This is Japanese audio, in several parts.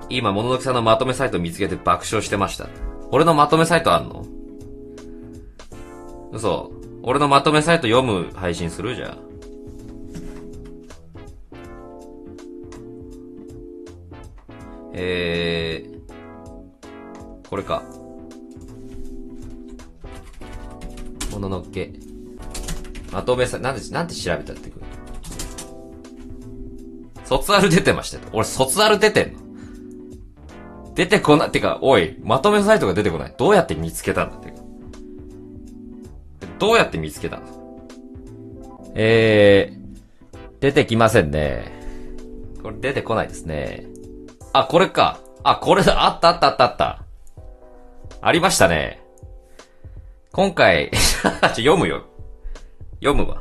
今、もののけさんのまとめサイト見つけて爆笑してました。俺のまとめサイトあんの？嘘。俺のまとめサイト読む配信する？じゃあ。これか。もののけ。まとめさ、なんて調べたってくる。卒アル出てましたよ。俺卒アル出てんの？出てこない。てか、おい、まとめサイトが出てこない。どうやって見つけたんだってか。どうやって見つけたの？出てきませんね。これ出てこないですね。あ、これか。あ、これだ。あった。ありましたね。今回、読むよ。読むわ。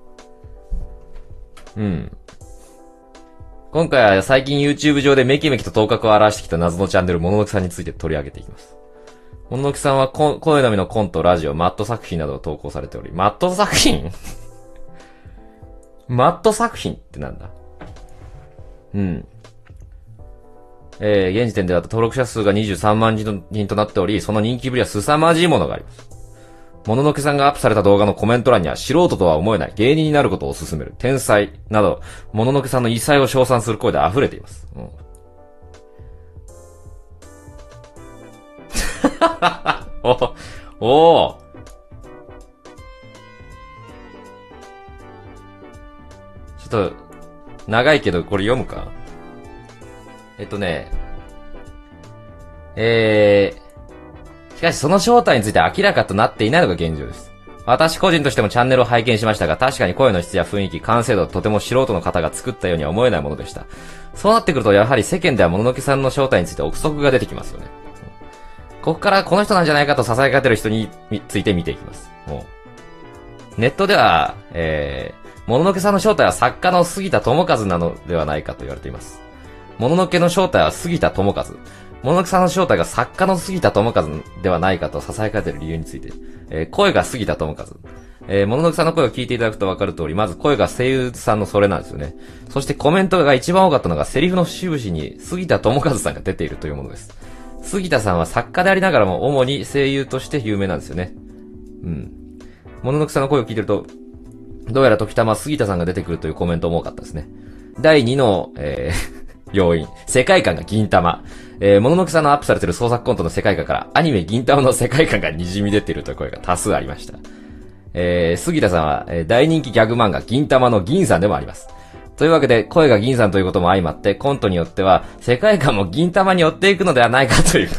うん。今回は最近 YouTube 上でめきめきと頭角を現してきた謎のチャンネル、もののけさんについて取り上げていきます。もののけさんは声のみのコント、ラジオ、マット作品などを投稿されており、マット作品マット作品ってなんだ？うん。現時点では登録者数が23万人となっており、その人気ぶりは凄まじいものがあります。もののけさんがアップされた動画のコメント欄には素人とは思えない芸人になることを勧める天才など、もののけさんの異彩を称賛する声で溢れています。うん、おー。ちょっと、長いけどこれ読むか？しかしその正体について明らかとなっていないのが現状です。私個人としてもチャンネルを拝見しましたが、確かに声の質や雰囲気、完成度とても素人の方が作ったようには思えないものでした。そうなってくると、やはり世間ではもののけさんの正体について憶測が出てきますよね。ここからこの人なんじゃないかと囁かれてる人について見ていきます。ネットでは、もののけさんの正体は作家の杉田智和なのではないかと言われています。もののけの正体は杉田智和。もののけさんの正体が作家の杉田智和ではないかと囁かれている理由について、声が杉田智和。もののけさんの声を聞いていただくと分かる通り、まず声が声優さんのそれなんですよね。そしてコメントが一番多かったのがセリフの節々に杉田智和さんが出ているというものです。杉田さんは作家でありながらも主に声優として有名なんですよね。うん。もののけさんの声を聞いてると、どうやら時たま杉田さんが出てくるというコメントも多かったですね。第2の、要因。世界観が銀玉。もののけさんのアップされている創作コントの世界観からアニメ銀玉の世界観が滲み出ているという声が多数ありました。杉田さんは、大人気ギャグ漫画銀玉の銀さんでもあります。というわけで、声が銀さんということも相まって、コントによっては、世界観も銀玉に寄っていくのではないかという。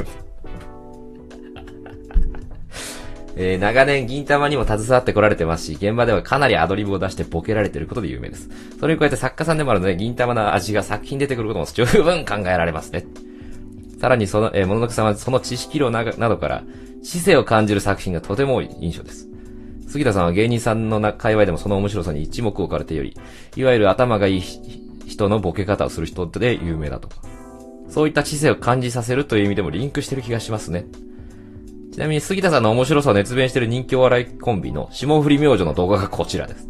長年銀玉にも携わってこられてますし、現場ではかなりアドリブを出してボケられていることで有名です。それに加えて作家さんでもあるので、銀玉の味が作品に出てくることも十分考えられますね。さらにもののけさんはその知識量などから、知性を感じる作品がとても多い印象です。杉田さんは芸人さんの界隈でもその面白さに一目置かれており、いわゆる頭がいい人のボケ方をする人で有名だとか。そういった知性を感じさせるという意味でもリンクしてる気がしますね。ちなみに杉田さんの面白さを熱弁している人気お笑いコンビの霜降り明星の動画がこちらです。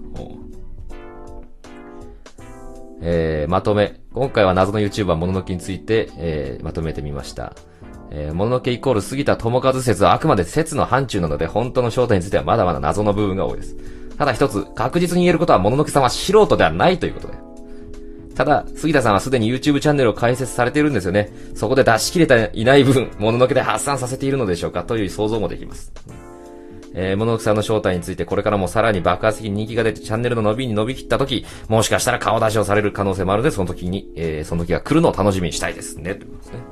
まとめ。今回は謎の YouTuber もののけについて、まとめてみました。もののけイコール杉田智和説はあくまで説の範疇なので、本当の正体についてはまだまだ謎の部分が多いです。ただ一つ、確実に言えることはもののけさんは素人ではないということで。ただ、杉田さんはすでに YouTube チャンネルを開設されているんですよね。そこで出し切れていない部分、もののけで発散させているのでしょうかという想像もできます。もののけさんの正体についてこれからもさらに爆発的に人気が出てチャンネルの伸びに伸びきった時、もしかしたら顔出しをされる可能性もあるので、その時が来るのを楽しみにしたいですね。ということですね。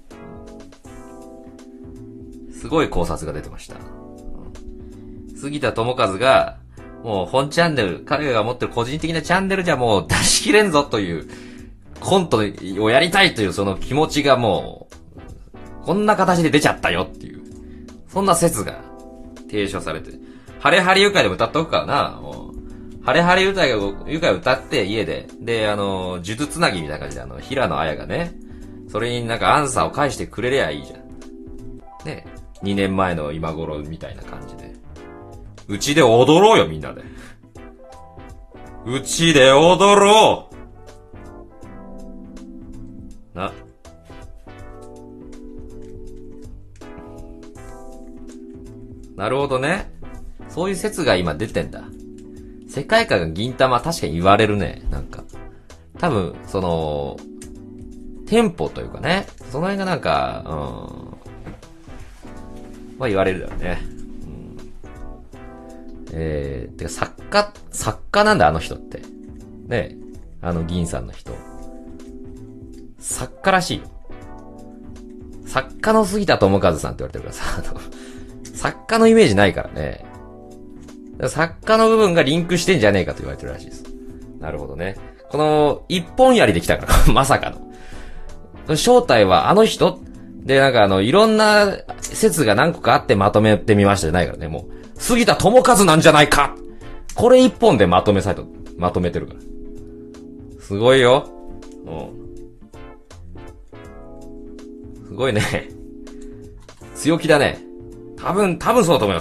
すごい考察が出てました。杉田智和が、もう本チャンネル、彼が持ってる個人的なチャンネルじゃもう出し切れんぞという、コントをやりたいというその気持ちがもう、こんな形で出ちゃったよっていう、そんな説が提唱されて、ハレハレ愉快でも歌っとくからな、もう、ハレハレ愉快を歌って家で、で、呪術つなぎみたいな感じで平野綾がね、それになんかアンサーを返してくれりゃいいじゃん。ね、2年前の今頃みたいな感じで。うちで踊ろうよ、みんなで。うちで踊ろうな。 なるほどね。そういう説が今出てんだ。世界観が銀玉確かに言われるね。なんか。多分、テンポというかね。その辺がなんか、まあ言われるだろうね。てか作家なんだ、あの人って。ね、銀さんの人。作家らしいよ。作家の杉田智和さんって言われてるからさ、作家のイメージないからね。作家の部分がリンクしてんじゃねえかと言われてるらしいです。なるほどね。この、一本槍で来たから、まさかの。正体はあの人で、なんかいろんな説が何個かあってまとめてみましたじゃないからね、もう。杉田智和なんじゃないかこれ一本でまとめてるから。すごいよ。すごいね。強気だね。多分そうだと思います。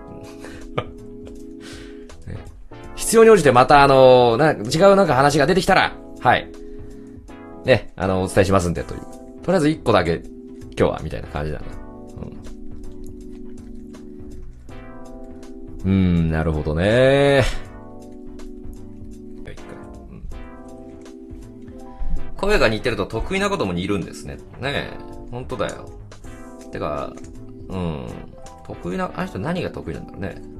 必要に応じてまた違うなんか話が出てきたら、はい。ね、お伝えしますんでという。とりあえず一個だけ今日は、みたいな感じなんだ。なるほどね。声が似てると得意なことも似るんですね。ねえ。ほんとだよ。てか、得意な、あの人何が得意なんだろうね。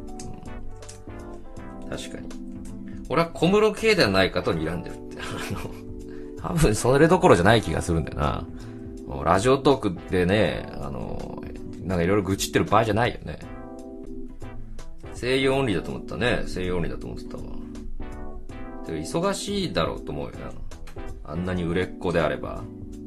確かに。俺は小室圭ではないかと睨んでるって。多分それどころじゃない気がするんだよな。ラジオトークでね、なんかいろいろ愚痴ってる場合じゃないよね。声優オンリーだと思ったね。声優オンリーだと思ってたわ。てか忙しいだろうと思うよな。あんなに売れっ子であれば。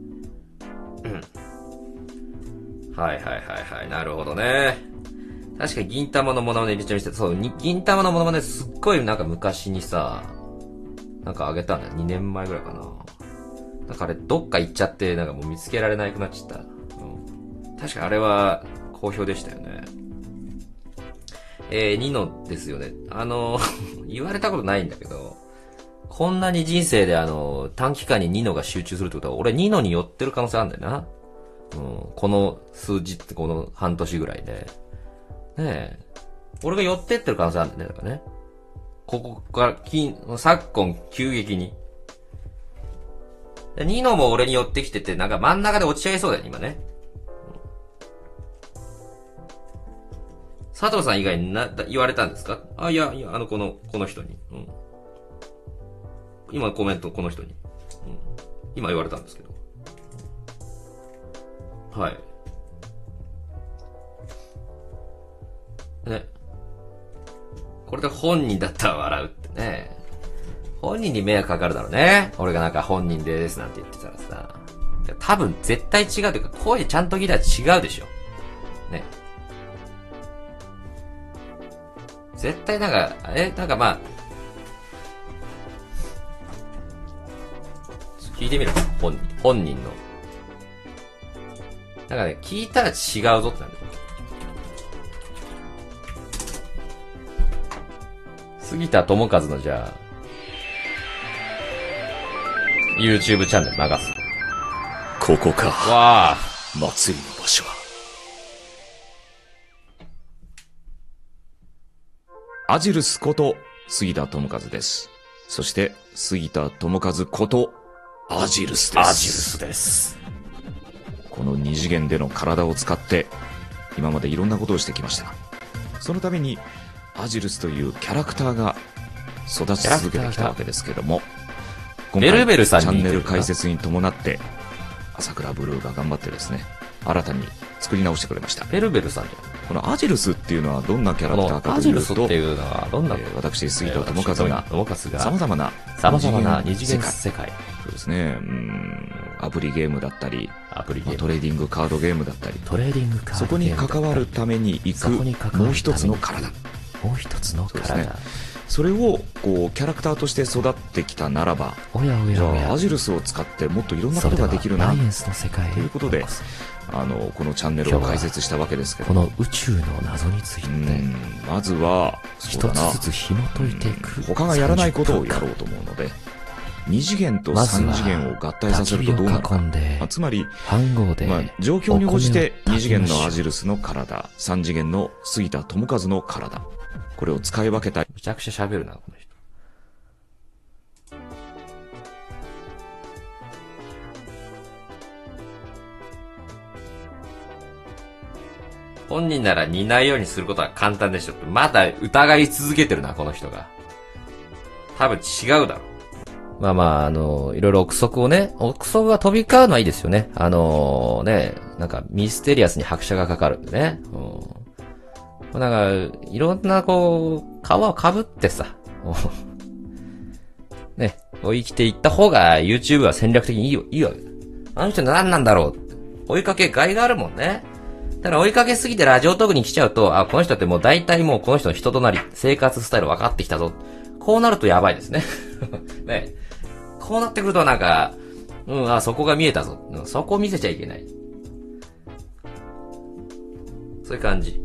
はい。なるほどね。確かに銀玉のモノマネ入れちゃいました。そう、銀玉のモノマネすっごいなんか昔にさ、なんかあげたんだよ。2年前ぐらいかな。なんかあれどっか行っちゃって、なんかもう見つけられなくなっちゃった。確かにあれは好評でしたよね。ニノですよね。言われたことないんだけど、こんなに人生で短期間にニノが集中するってことは、俺ニノに寄ってる可能性あるんだよな。この数日ってこの半年ぐらいで。ねえ。俺が寄ってってる可能性あるんだよね。だからね。ここから昨今急激に。ニノも俺に寄ってきてて、なんか真ん中で落ちちゃいそうだよね、今ね。佐藤さん以外に言われたんですか？いや、この人に。今コメントこの人に。今言われたんですけど。はい。ね。これで本人だったら笑うってね。本人に迷惑かかるだろうね。俺がなんか本人ですなんて言ってたらさ。多分絶対違うというか、声ちゃんと聞いたら違うでしょ。ね。絶対なんか、なんかまあ、聞いてみる本人の。なんかね、聞いたら違うぞってなんだよ。杉田智和のじゃあ、YouTube チャンネル流す。 ここか。 わあ。 祭りの場所は。アジルスこと杉田智和です。そして杉田智和ことアジルスです。 アジルスです。 この二次元での体を使って今までいろんなことをしてきました。そのためにアジルスというキャラクターが育ち続けてきたわけですけども、今回ベルベルさんにチャンネル開設に伴って朝倉ブルーが頑張ってですね、新たに作り直してくれました。 ベルベルさんじゃん。 このアジルスっていうのはどんなキャラクターかというと、 アジルスっていうのはどんな、 私杉田智和が様々な二次元世界。 そうですね。アプリゲームだったり、トレーディングカードゲームだったり、そこに関わるために行くもう一つの体。 ですね。 それをこうキャラクターとして育ってきたならば、じゃあアジルスを使ってもっといろんなことができるなということで、このチャンネルを開設したわけですけど、 この宇宙の謎についてまずは一つずつ紐解いていく。 他がやらないことをやろうと思うので、 2次元と3次元を合体させるとどうなるか。つまり、 番号で、 状況に応じて2次元のアジルスの体、3次元の杉田智和の体、これを使い分けたい。 むちゃくちゃ喋るな、この人。本人なら似ないようにすることは簡単でしょって。まだ疑い続けてるな、この人が。多分違うだろう。いろいろ憶測をね、憶測が飛び交うのはいいですよね。なんかミステリアスに拍車がかかるんでね。なんか、いろんな皮を被ってさ、ね、生きていった方が YouTube は戦略的にいいわけだ。あの人何なんだろうって。追いかけがいがあるもんね。だから追いかけすぎてラジオトークに来ちゃうと、この人ってもう大体もうこの人の人となり、生活スタイル分かってきたぞ。こうなるとやばいですね。ね。こうなってくるとなんか、そこが見えたぞ。そこを見せちゃいけない。そういう感じ。